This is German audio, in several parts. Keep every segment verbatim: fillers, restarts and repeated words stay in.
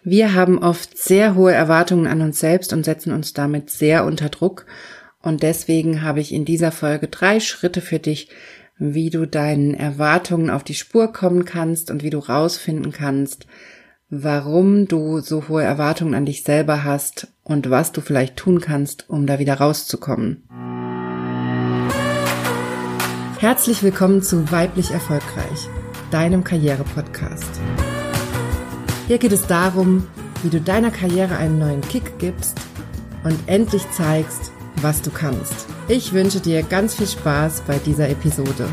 Wir haben oft sehr hohe Erwartungen an uns selbst und setzen uns damit sehr unter Druck. Und deswegen habe ich in dieser Folge drei Schritte für dich, wie du deinen Erwartungen auf die Spur kommen kannst und wie du rausfinden kannst, warum du so hohe Erwartungen an dich selber hast und was du vielleicht tun kannst, um da wieder rauszukommen. Herzlich willkommen zu Weiblich Erfolgreich, deinem Karriere-Podcast. Hier geht es darum, wie du deiner Karriere einen neuen Kick gibst und endlich zeigst, was du kannst. Ich wünsche dir ganz viel Spaß bei dieser Episode.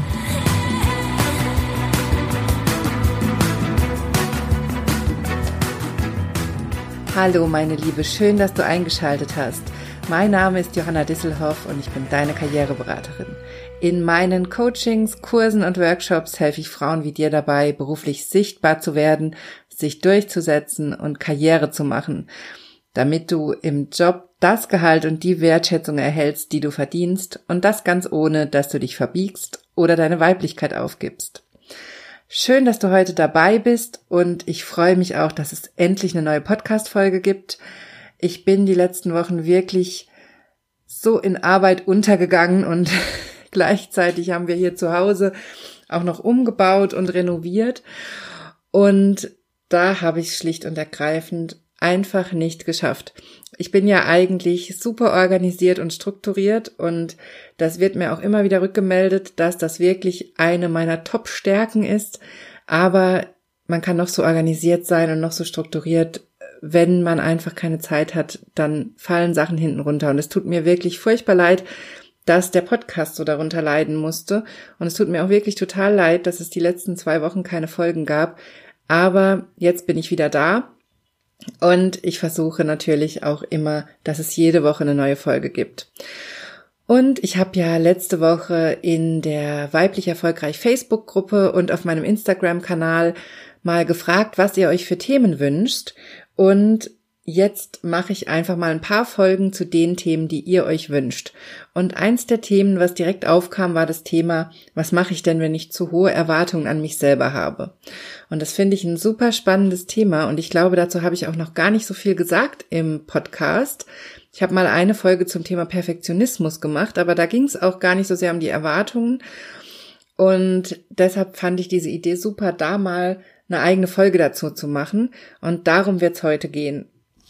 Hallo meine Liebe, schön, dass du eingeschaltet hast. Mein Name ist Johanna Disselhoff und ich bin deine Karriereberaterin. In meinen Coachings, Kursen und Workshops helfe ich Frauen wie dir dabei, beruflich sichtbar zu werden, sich durchzusetzen und Karriere zu machen, damit du im Job das Gehalt und die Wertschätzung erhältst, die du verdienst, und das ganz ohne, dass du dich verbiegst oder deine Weiblichkeit aufgibst. Schön, dass du heute dabei bist und ich freue mich auch, dass es endlich eine neue Podcast-Folge gibt. Ich bin die letzten Wochen wirklich so in Arbeit untergegangen und gleichzeitig haben wir hier zu Hause auch noch umgebaut und renoviert und da habe ich es schlicht und ergreifend einfach nicht geschafft. Ich bin ja eigentlich super organisiert und strukturiert und das wird mir auch immer wieder rückgemeldet, dass das wirklich eine meiner Top-Stärken ist, aber man kann noch so organisiert sein und noch so strukturiert, wenn man einfach keine Zeit hat, dann fallen Sachen hinten runter und es tut mir wirklich furchtbar leid, dass der Podcast so darunter leiden musste und es tut mir auch wirklich total leid, dass es die letzten zwei Wochen keine Folgen gab, aber jetzt bin ich wieder da und ich versuche natürlich auch immer, dass es jede Woche eine neue Folge gibt. Und ich habe ja letzte Woche in der Weiblich Erfolgreich Facebook-Gruppe und auf meinem Instagram-Kanal mal gefragt, was ihr euch für Themen wünscht und jetzt mache ich einfach mal ein paar Folgen zu den Themen, die ihr euch wünscht. Und eins der Themen, was direkt aufkam, war das Thema, was mache ich denn, wenn ich zu hohe Erwartungen an mich selber habe? Und das finde ich ein super spannendes Thema und ich glaube, dazu habe ich auch noch gar nicht so viel gesagt im Podcast. Ich habe mal eine Folge zum Thema Perfektionismus gemacht, aber da ging es auch gar nicht so sehr um die Erwartungen. Und deshalb fand ich diese Idee super, da mal eine eigene Folge dazu zu machen. Und darum wird es heute gehen.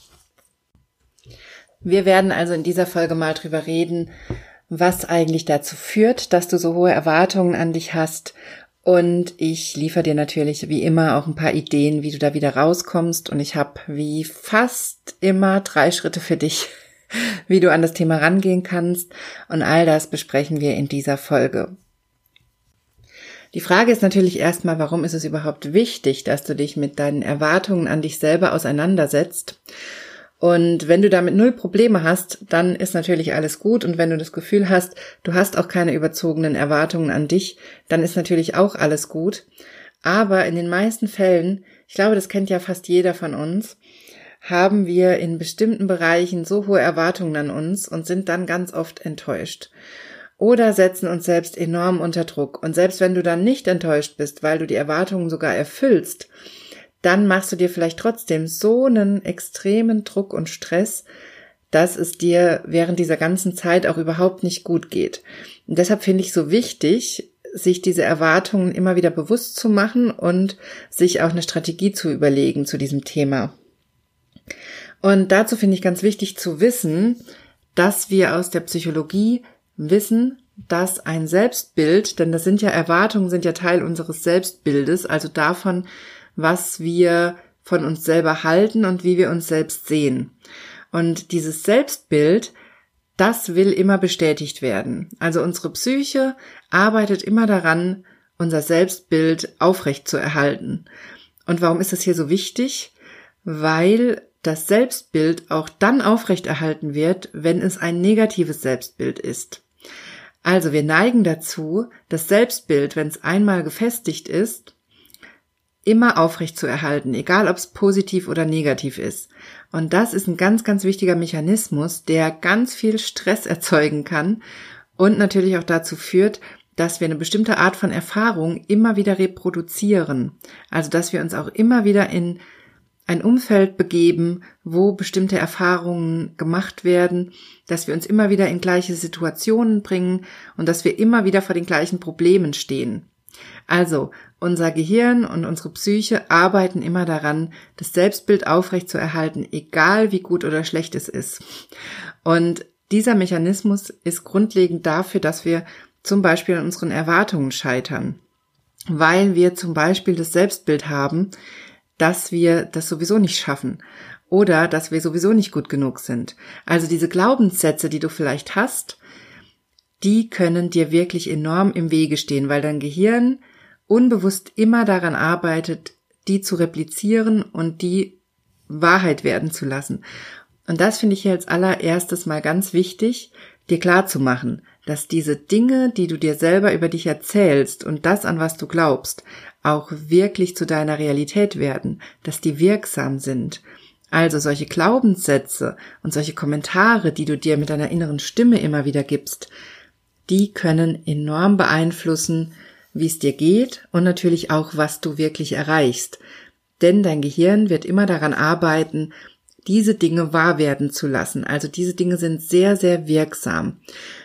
Wir werden also in dieser Folge mal drüber reden, was eigentlich dazu führt, dass du so hohe Erwartungen an dich hast. Und ich liefere dir natürlich wie immer auch ein paar Ideen, wie du da wieder rauskommst. Und ich habe wie fast immer drei Schritte für dich, wie du an das Thema rangehen kannst. Und all das besprechen wir in dieser Folge. Die Frage ist natürlich erstmal, warum ist es überhaupt wichtig, dass du dich mit deinen Erwartungen an dich selber auseinandersetzt? Und wenn du damit null Probleme hast, dann ist natürlich alles gut. Und wenn du das Gefühl hast, du hast auch keine überzogenen Erwartungen an dich, dann ist natürlich auch alles gut. Aber in den meisten Fällen, ich glaube, das kennt ja fast jeder von uns, haben wir in bestimmten Bereichen so hohe Erwartungen an uns und sind dann ganz oft enttäuscht. Oder setzen uns selbst enorm unter Druck. Und selbst wenn du dann nicht enttäuscht bist, weil du die Erwartungen sogar erfüllst, dann machst du dir vielleicht trotzdem so einen extremen Druck und Stress, dass es dir während dieser ganzen Zeit auch überhaupt nicht gut geht. Und deshalb finde ich so wichtig, sich diese Erwartungen immer wieder bewusst zu machen und sich auch eine Strategie zu überlegen zu diesem Thema. Und dazu finde ich ganz wichtig zu wissen, dass wir aus der Psychologie wissen, dass ein Selbstbild, denn das sind ja Erwartungen, sind ja Teil unseres Selbstbildes, also davon, was wir von uns selber halten und wie wir uns selbst sehen. Und dieses Selbstbild, das will immer bestätigt werden. Also unsere Psyche arbeitet immer daran, unser Selbstbild aufrecht zu erhalten. Und warum ist das hier so wichtig? Weil das Selbstbild auch dann aufrechterhalten wird, wenn es ein negatives Selbstbild ist. Also wir neigen dazu, das Selbstbild, wenn es einmal gefestigt ist, immer aufrecht zu erhalten, egal ob es positiv oder negativ ist. Und das ist ein ganz, ganz wichtiger Mechanismus, der ganz viel Stress erzeugen kann und natürlich auch dazu führt, dass wir eine bestimmte Art von Erfahrung immer wieder reproduzieren. Also dass wir uns auch immer wieder in ein Umfeld begeben, wo bestimmte Erfahrungen gemacht werden, dass wir uns immer wieder in gleiche Situationen bringen und dass wir immer wieder vor den gleichen Problemen stehen. Also, unser Gehirn und unsere Psyche arbeiten immer daran, das Selbstbild aufrechtzuerhalten, egal wie gut oder schlecht es ist. Und dieser Mechanismus ist grundlegend dafür, dass wir zum Beispiel an unseren Erwartungen scheitern, weil wir zum Beispiel das Selbstbild haben, dass wir das sowieso nicht schaffen oder dass wir sowieso nicht gut genug sind. Also diese Glaubenssätze, die du vielleicht hast, die können dir wirklich enorm im Wege stehen, weil dein Gehirn unbewusst immer daran arbeitet, die zu replizieren und die Wahrheit werden zu lassen. Und das finde ich hier als allererstes mal ganz wichtig, dir klarzumachen, dass diese Dinge, die du dir selber über dich erzählst und das, an was du glaubst, auch wirklich zu deiner Realität werden, dass die wirksam sind. Also solche Glaubenssätze und solche Kommentare, die du dir mit deiner inneren Stimme immer wieder gibst, die können enorm beeinflussen, wie es dir geht und natürlich auch, was du wirklich erreichst. Denn dein Gehirn wird immer daran arbeiten, diese Dinge wahr werden zu lassen. Also diese Dinge sind sehr, sehr wirksam.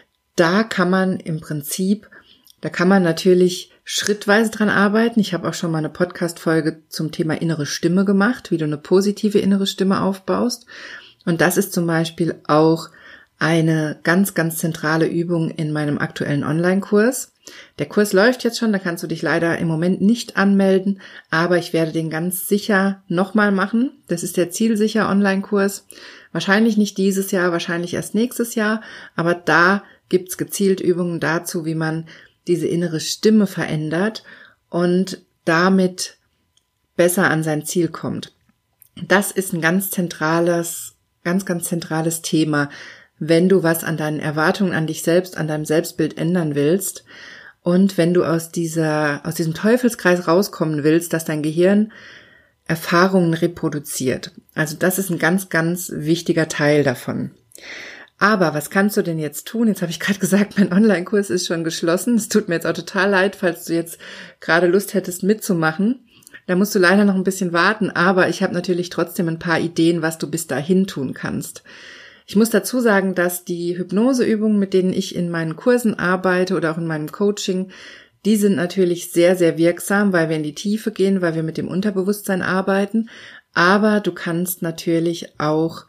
Da kann man im Prinzip, da kann man natürlich schrittweise dran arbeiten. Ich habe auch schon mal eine Podcast-Folge zum Thema innere Stimme gemacht, wie du eine positive innere Stimme aufbaust. Und das ist zum Beispiel auch eine ganz, ganz zentrale Übung in meinem aktuellen Online-Kurs. Der Kurs läuft jetzt schon, da kannst du dich leider im Moment nicht anmelden, aber ich werde den ganz sicher nochmal machen. Das ist der Zielsicher Online-Kurs. Wahrscheinlich nicht dieses Jahr, wahrscheinlich erst nächstes Jahr, aber da gibt's gezielt Übungen dazu, wie man diese innere Stimme verändert und damit besser an sein Ziel kommt. Das ist ein ganz zentrales, ganz, ganz zentrales Thema, wenn du was an deinen Erwartungen an dich selbst, an deinem Selbstbild ändern willst und wenn du aus dieser, aus diesem Teufelskreis rauskommen willst, dass dein Gehirn Erfahrungen reproduziert. Also das ist ein ganz, ganz wichtiger Teil davon. Aber was kannst du denn jetzt tun? Jetzt habe ich gerade gesagt, mein Online-Kurs ist schon geschlossen. Es tut mir jetzt auch total leid, falls du jetzt gerade Lust hättest mitzumachen. Da musst du leider noch ein bisschen warten, aber ich habe natürlich trotzdem ein paar Ideen, was du bis dahin tun kannst. Ich muss dazu sagen, dass die Hypnoseübungen, mit denen ich in meinen Kursen arbeite oder auch in meinem Coaching, die sind natürlich sehr, sehr wirksam, weil wir in die Tiefe gehen, weil wir mit dem Unterbewusstsein arbeiten. Aber du kannst natürlich auch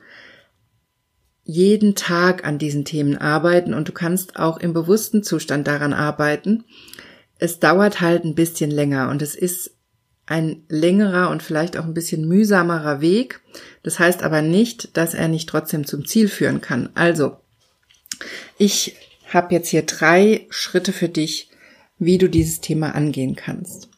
jeden Tag an diesen Themen arbeiten und du kannst auch im bewussten Zustand daran arbeiten. Es dauert halt ein bisschen länger und es ist ein längerer und vielleicht auch ein bisschen mühsamerer Weg. Das heißt aber nicht, dass er nicht trotzdem zum Ziel führen kann. Also, ich habe jetzt hier drei Schritte für dich, wie du dieses Thema angehen kannst.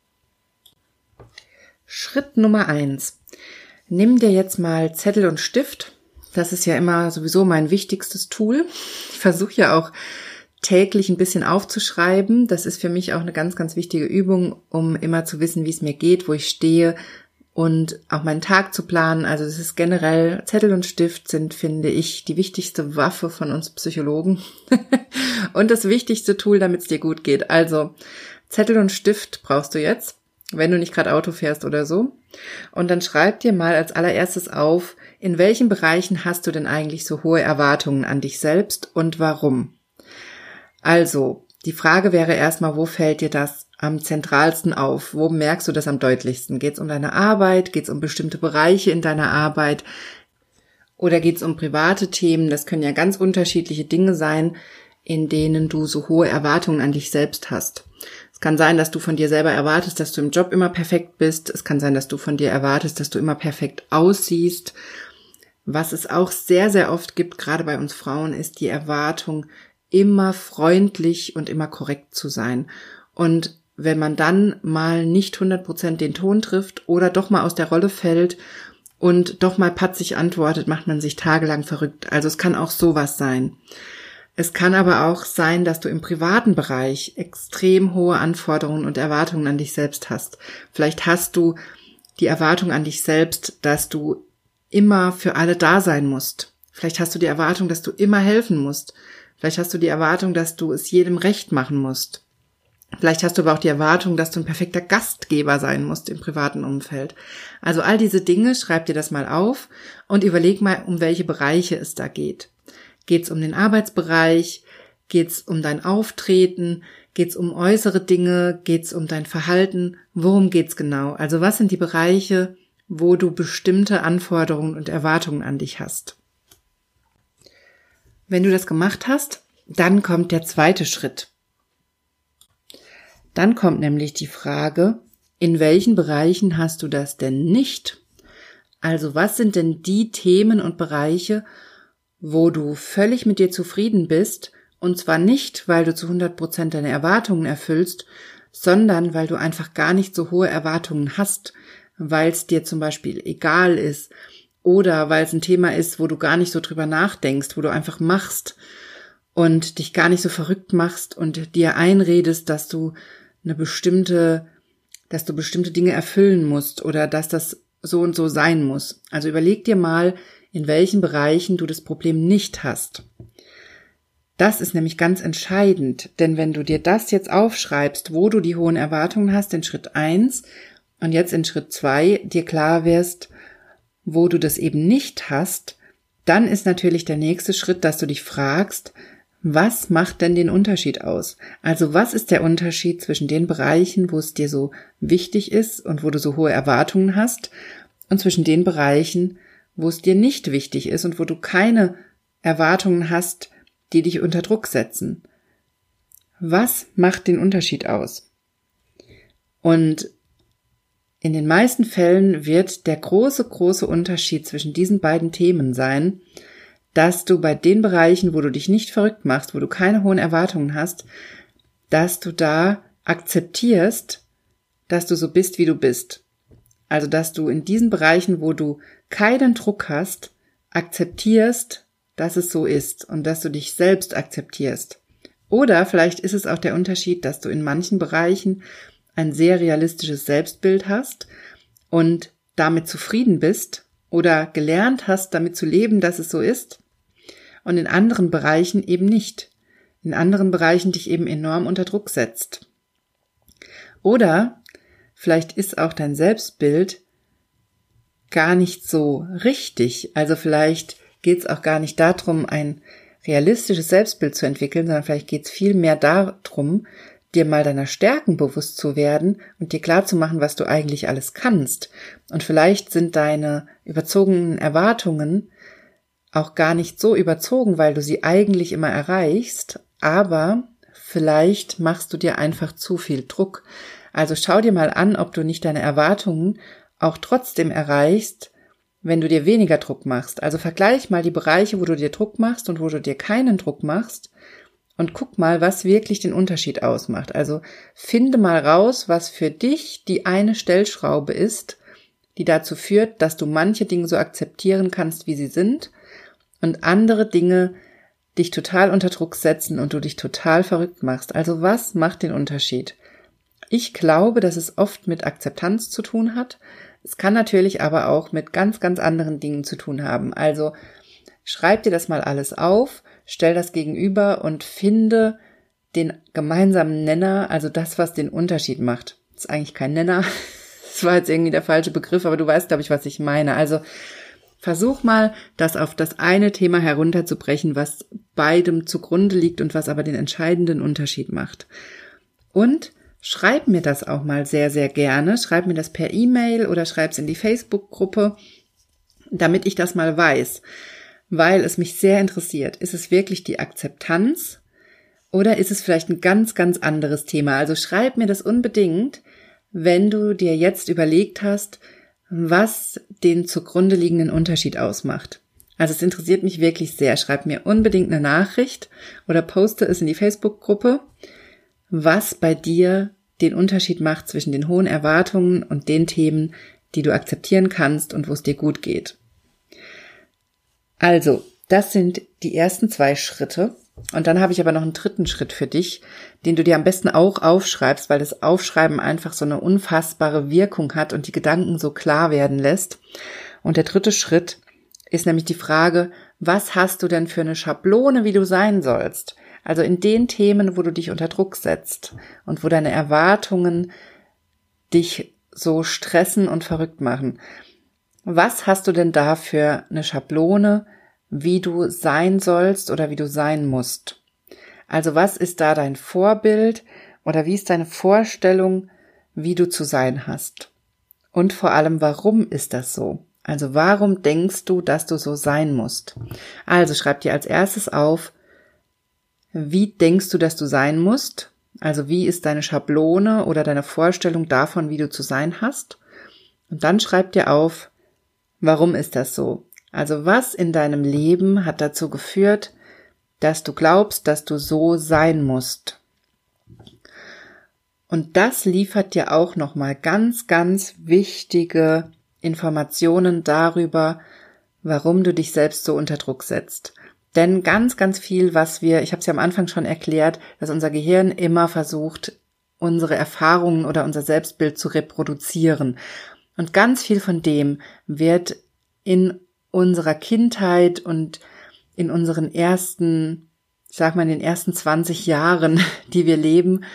Schritt Nummer eins. Nimm dir jetzt mal Zettel und Stift. Das ist ja immer sowieso mein wichtigstes Tool. Ich versuche ja auch täglich ein bisschen aufzuschreiben. Das ist für mich auch eine ganz, ganz wichtige Übung, um immer zu wissen, wie es mir geht, wo ich stehe und auch meinen Tag zu planen. Also das ist generell, Zettel und Stift sind, finde ich, die wichtigste Waffe von uns Psychologen und das wichtigste Tool, damit es dir gut geht. Also Zettel und Stift brauchst du jetzt, wenn du nicht gerade Auto fährst oder so. Und dann schreib dir mal als allererstes auf, in welchen Bereichen hast du denn eigentlich so hohe Erwartungen an dich selbst und warum? Also, die Frage wäre erstmal, wo fällt dir das am zentralsten auf? Wo merkst du das am deutlichsten? Geht es um deine Arbeit? Geht es um bestimmte Bereiche in deiner Arbeit? Oder geht es um private Themen? Das können ja ganz unterschiedliche Dinge sein, in denen du so hohe Erwartungen an dich selbst hast. Es kann sein, dass du von dir selber erwartest, dass du im Job immer perfekt bist. Es kann sein, dass du von dir erwartest, dass du immer perfekt aussiehst. Was es auch sehr, sehr oft gibt, gerade bei uns Frauen, ist die Erwartung, immer freundlich und immer korrekt zu sein. Und wenn man dann mal nicht hundert Prozent den Ton trifft oder doch mal aus der Rolle fällt und doch mal patzig antwortet, macht man sich tagelang verrückt. Also es kann auch sowas sein. Es kann aber auch sein, dass du im privaten Bereich extrem hohe Anforderungen und Erwartungen an dich selbst hast. Vielleicht hast du die Erwartung an dich selbst, dass du immer für alle da sein musst. Vielleicht hast du die Erwartung, dass du immer helfen musst. Vielleicht hast du die Erwartung, dass du es jedem recht machen musst. Vielleicht hast du aber auch die Erwartung, dass du ein perfekter Gastgeber sein musst im privaten Umfeld. Also all diese Dinge, schreib dir das mal auf und überleg mal, um welche Bereiche es da geht. Geht es um den Arbeitsbereich? Geht es um dein Auftreten? Geht es um äußere Dinge? Geht es um dein Verhalten? Worum geht es genau? Also was sind die Bereiche, wo du bestimmte Anforderungen und Erwartungen an dich hast? Wenn du das gemacht hast, dann kommt der zweite Schritt. Dann kommt nämlich die Frage, in welchen Bereichen hast du das denn nicht? Also was sind denn die Themen und Bereiche, wo du völlig mit dir zufrieden bist, und zwar nicht, weil du zu hundert Prozent deine Erwartungen erfüllst, sondern weil du einfach gar nicht so hohe Erwartungen hast, weil es dir zum Beispiel egal ist oder weil es ein Thema ist, wo du gar nicht so drüber nachdenkst, wo du einfach machst und dich gar nicht so verrückt machst und dir einredest, dass du eine bestimmte, dass du bestimmte Dinge erfüllen musst oder dass das so und so sein muss. Also überleg dir mal, in welchen Bereichen du das Problem nicht hast. Das ist nämlich ganz entscheidend, denn wenn du dir das jetzt aufschreibst, wo du die hohen Erwartungen hast, in Schritt eins und jetzt in Schritt zwei dir klar wirst, wo du das eben nicht hast, dann ist natürlich der nächste Schritt, dass du dich fragst, was macht denn den Unterschied aus? Also was ist der Unterschied zwischen den Bereichen, wo es dir so wichtig ist und wo du so hohe Erwartungen hast, und zwischen den Bereichen, wo es dir nicht wichtig ist und wo du keine Erwartungen hast, die dich unter Druck setzen? Was macht den Unterschied aus? Und in den meisten Fällen wird der große, große Unterschied zwischen diesen beiden Themen sein, dass du bei den Bereichen, wo du dich nicht verrückt machst, wo du keine hohen Erwartungen hast, dass du da akzeptierst, dass du so bist, wie du bist. Also, dass du in diesen Bereichen, wo du keinen Druck hast, akzeptierst, dass es so ist und dass du dich selbst akzeptierst. Oder vielleicht ist es auch der Unterschied, dass du in manchen Bereichen ein sehr realistisches Selbstbild hast und damit zufrieden bist oder gelernt hast, damit zu leben, dass es so ist, und in anderen Bereichen eben nicht. In anderen Bereichen dich eben enorm unter Druck setzt. Oder vielleicht ist auch dein Selbstbild gar nicht so richtig. Also vielleicht geht es auch gar nicht darum, ein realistisches Selbstbild zu entwickeln, sondern vielleicht geht es viel mehr darum, dir mal deiner Stärken bewusst zu werden und dir klarzumachen, was du eigentlich alles kannst. Und vielleicht sind deine überzogenen Erwartungen auch gar nicht so überzogen, weil du sie eigentlich immer erreichst, aber vielleicht machst du dir einfach zu viel Druck. Also schau dir mal an, ob du nicht deine Erwartungen auch trotzdem erreichst, wenn du dir weniger Druck machst. Also vergleich mal die Bereiche, wo du dir Druck machst und wo du dir keinen Druck machst und guck mal, was wirklich den Unterschied ausmacht. Also finde mal raus, was für dich die eine Stellschraube ist, die dazu führt, dass du manche Dinge so akzeptieren kannst, wie sie sind, und andere Dinge dich total unter Druck setzen und du dich total verrückt machst. Also was macht den Unterschied? Ich glaube, dass es oft mit Akzeptanz zu tun hat. Es kann natürlich aber auch mit ganz, ganz anderen Dingen zu tun haben. Also schreib dir das mal alles auf, stell das gegenüber und finde den gemeinsamen Nenner, also das, was den Unterschied macht. Das ist eigentlich kein Nenner, das war jetzt irgendwie der falsche Begriff, aber du weißt, glaube ich, was ich meine. Also versuch mal, das auf das eine Thema herunterzubrechen, was beidem zugrunde liegt und was aber den entscheidenden Unterschied macht. Und schreib mir das auch mal sehr, sehr gerne. Schreib mir das per E-Mail oder schreib's in die Facebook-Gruppe, damit ich das mal weiß, weil es mich sehr interessiert. Ist es wirklich die Akzeptanz oder ist es vielleicht ein ganz, ganz anderes Thema? Also schreib mir das unbedingt, wenn du dir jetzt überlegt hast, was den zugrunde liegenden Unterschied ausmacht. Also es interessiert mich wirklich sehr. Schreib mir unbedingt eine Nachricht oder poste es in die Facebook-Gruppe, was bei dir den Unterschied macht zwischen den hohen Erwartungen und den Themen, die du akzeptieren kannst und wo es dir gut geht. Also, das sind die ersten zwei Schritte. Und dann habe ich aber noch einen dritten Schritt für dich, den du dir am besten auch aufschreibst, weil das Aufschreiben einfach so eine unfassbare Wirkung hat und die Gedanken so klar werden lässt. Und der dritte Schritt ist nämlich die Frage, was hast du denn für eine Schablone, wie du sein sollst? Also in den Themen, wo du dich unter Druck setzt und wo deine Erwartungen dich so stressen und verrückt machen. Was hast du denn da für eine Schablone, wie du sein sollst oder wie du sein musst? Also was ist da dein Vorbild oder wie ist deine Vorstellung, wie du zu sein hast? Und vor allem, warum ist das so? Also warum denkst du, dass du so sein musst? Also schreib dir als erstes auf, wie denkst du, dass du sein musst? Also wie ist deine Schablone oder deine Vorstellung davon, wie du zu sein hast? Und dann schreib dir auf, warum ist das so? Also was in deinem Leben hat dazu geführt, dass du glaubst, dass du so sein musst? Und das liefert dir auch nochmal ganz, ganz wichtige Informationen darüber, warum du dich selbst so unter Druck setzt. Denn ganz, ganz viel, was wir, ich habe es ja am Anfang schon erklärt, dass unser Gehirn immer versucht, unsere Erfahrungen oder unser Selbstbild zu reproduzieren. Und ganz viel von dem wird in unserer Kindheit und in unseren ersten, ich sag mal in den ersten zwanzig Jahren, die wir leben,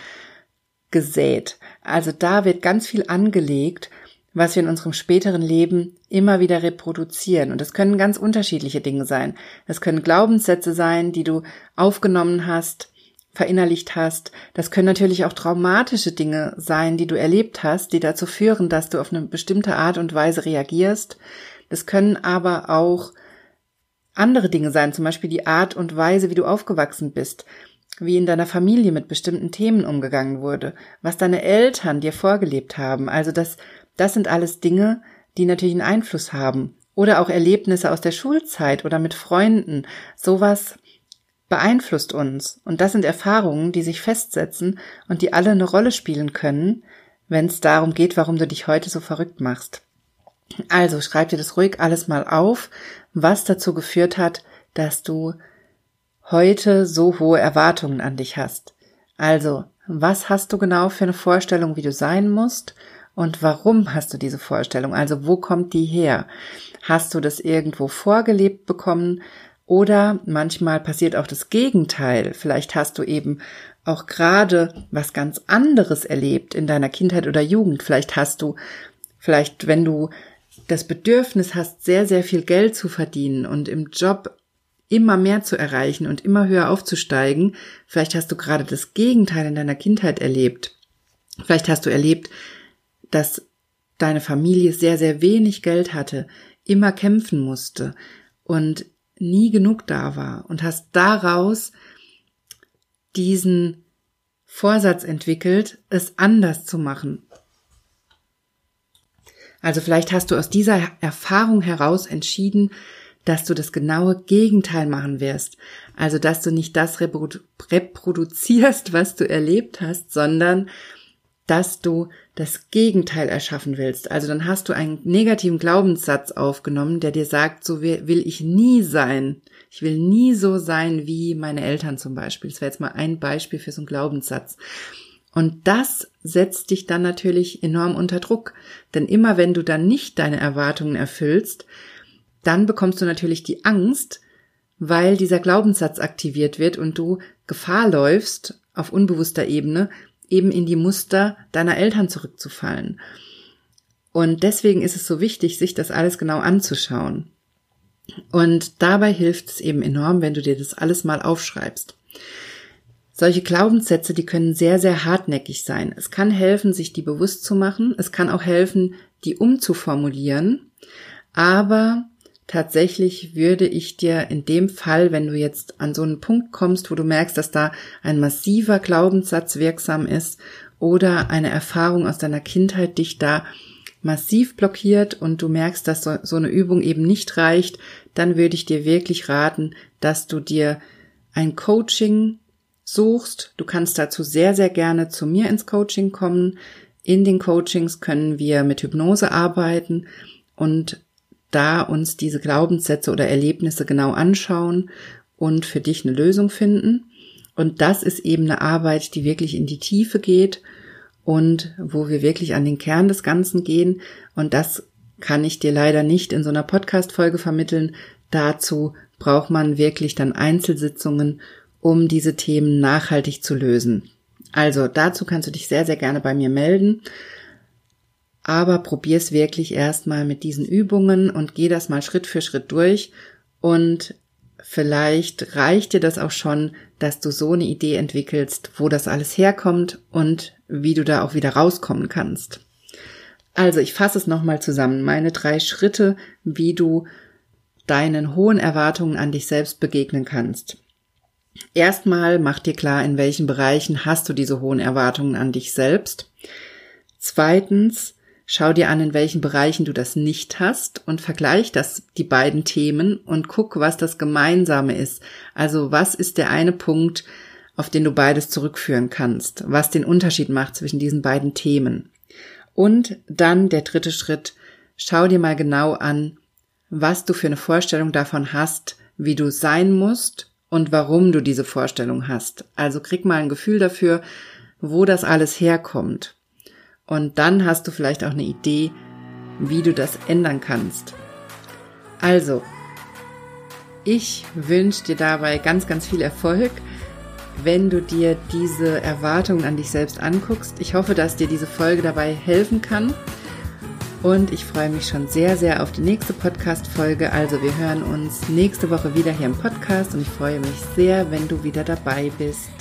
gesät. Also da wird ganz viel angelegt, was wir in unserem späteren Leben immer wieder reproduzieren. Und das können ganz unterschiedliche Dinge sein. Das können Glaubenssätze sein, die du aufgenommen hast, verinnerlicht hast. Das können natürlich auch traumatische Dinge sein, die du erlebt hast, die dazu führen, dass du auf eine bestimmte Art und Weise reagierst. Das können aber auch andere Dinge sein, zum Beispiel die Art und Weise, wie du aufgewachsen bist, wie in deiner Familie mit bestimmten Themen umgegangen wurde, was deine Eltern dir vorgelebt haben. Also das, das sind alles Dinge, die natürlich einen Einfluss haben. Oder auch Erlebnisse aus der Schulzeit oder mit Freunden. Sowas beeinflusst uns. Und das sind Erfahrungen, die sich festsetzen und die alle eine Rolle spielen können, wenn es darum geht, warum du dich heute so verrückt machst. Also schreib dir das ruhig alles mal auf, was dazu geführt hat, dass du heute so hohe Erwartungen an dich hast. Also, was hast du genau für eine Vorstellung, wie du sein musst und warum hast du diese Vorstellung? Also, wo kommt die her? Hast du das irgendwo vorgelebt bekommen oder manchmal passiert auch das Gegenteil? Vielleicht hast du eben auch gerade was ganz anderes erlebt in deiner Kindheit oder Jugend. Vielleicht hast du, vielleicht wenn du das Bedürfnis hast, sehr, sehr viel Geld zu verdienen und im Job immer mehr zu erreichen und immer höher aufzusteigen. Vielleicht hast du gerade das Gegenteil in deiner Kindheit erlebt. Vielleicht hast du erlebt, dass deine Familie sehr, sehr wenig Geld hatte, immer kämpfen musste und nie genug da war und hast daraus diesen Vorsatz entwickelt, es anders zu machen. Also vielleicht hast du aus dieser Erfahrung heraus entschieden, dass du das genaue Gegenteil machen wirst. Also, dass du nicht das reprodu- reproduzierst, was du erlebt hast, sondern dass du das Gegenteil erschaffen willst. Also dann hast du einen negativen Glaubenssatz aufgenommen, der dir sagt, so will ich nie sein. Ich will nie so sein wie meine Eltern zum Beispiel. Das wäre jetzt mal ein Beispiel für so einen Glaubenssatz. Und das setzt dich dann natürlich enorm unter Druck. Denn immer wenn du dann nicht deine Erwartungen erfüllst, dann bekommst du natürlich die Angst, weil dieser Glaubenssatz aktiviert wird und du Gefahr läufst, auf unbewusster Ebene eben in die Muster deiner Eltern zurückzufallen. Und deswegen ist es so wichtig, sich das alles genau anzuschauen. Und dabei hilft es eben enorm, wenn du dir das alles mal aufschreibst. Solche Glaubenssätze, die können sehr, sehr hartnäckig sein. Es kann helfen, sich die bewusst zu machen. Es kann auch helfen, die umzuformulieren. Aber tatsächlich würde ich dir in dem Fall, wenn du jetzt an so einen Punkt kommst, wo du merkst, dass da ein massiver Glaubenssatz wirksam ist oder eine Erfahrung aus deiner Kindheit dich da massiv blockiert und du merkst, dass so, so eine Übung eben nicht reicht, dann würde ich dir wirklich raten, dass du dir ein Coaching suchst. Du kannst dazu sehr, sehr gerne zu mir ins Coaching kommen. In den Coachings können wir mit Hypnose arbeiten und da uns diese Glaubenssätze oder Erlebnisse genau anschauen und für dich eine Lösung finden. Und das ist eben eine Arbeit, die wirklich in die Tiefe geht und wo wir wirklich an den Kern des Ganzen gehen. Und das kann ich dir leider nicht in so einer Podcast-Folge vermitteln. Dazu braucht man wirklich dann Einzelsitzungen um diese Themen nachhaltig zu lösen. Also dazu kannst du dich sehr, sehr gerne bei mir melden. Aber probier es wirklich erstmal mit diesen Übungen und geh das mal Schritt für Schritt durch. Und vielleicht reicht dir das auch schon, dass du so eine Idee entwickelst, wo das alles herkommt und wie du da auch wieder rauskommen kannst. Also ich fasse es nochmal zusammen. Meine drei Schritte, wie du deinen hohen Erwartungen an dich selbst begegnen kannst. Erstmal mach dir klar, in welchen Bereichen hast du diese hohen Erwartungen an dich selbst. Zweitens, schau dir an, in welchen Bereichen du das nicht hast und vergleich das, die beiden Themen und guck, was das Gemeinsame ist. Also was ist der eine Punkt, auf den du beides zurückführen kannst, was den Unterschied macht zwischen diesen beiden Themen. Und dann der dritte Schritt, schau dir mal genau an, was du für eine Vorstellung davon hast, wie du sein musst und warum du diese Vorstellung hast. Also krieg mal ein Gefühl dafür, wo das alles herkommt. Und dann hast du vielleicht auch eine Idee, wie du das ändern kannst. Also, ich wünsche dir dabei ganz, ganz viel Erfolg, wenn du dir diese Erwartungen an dich selbst anguckst. Ich hoffe, dass dir diese Folge dabei helfen kann. Und ich freue mich schon sehr, sehr auf die nächste Podcast-Folge. Also wir hören uns nächste Woche wieder hier im Podcast und ich freue mich sehr, wenn du wieder dabei bist.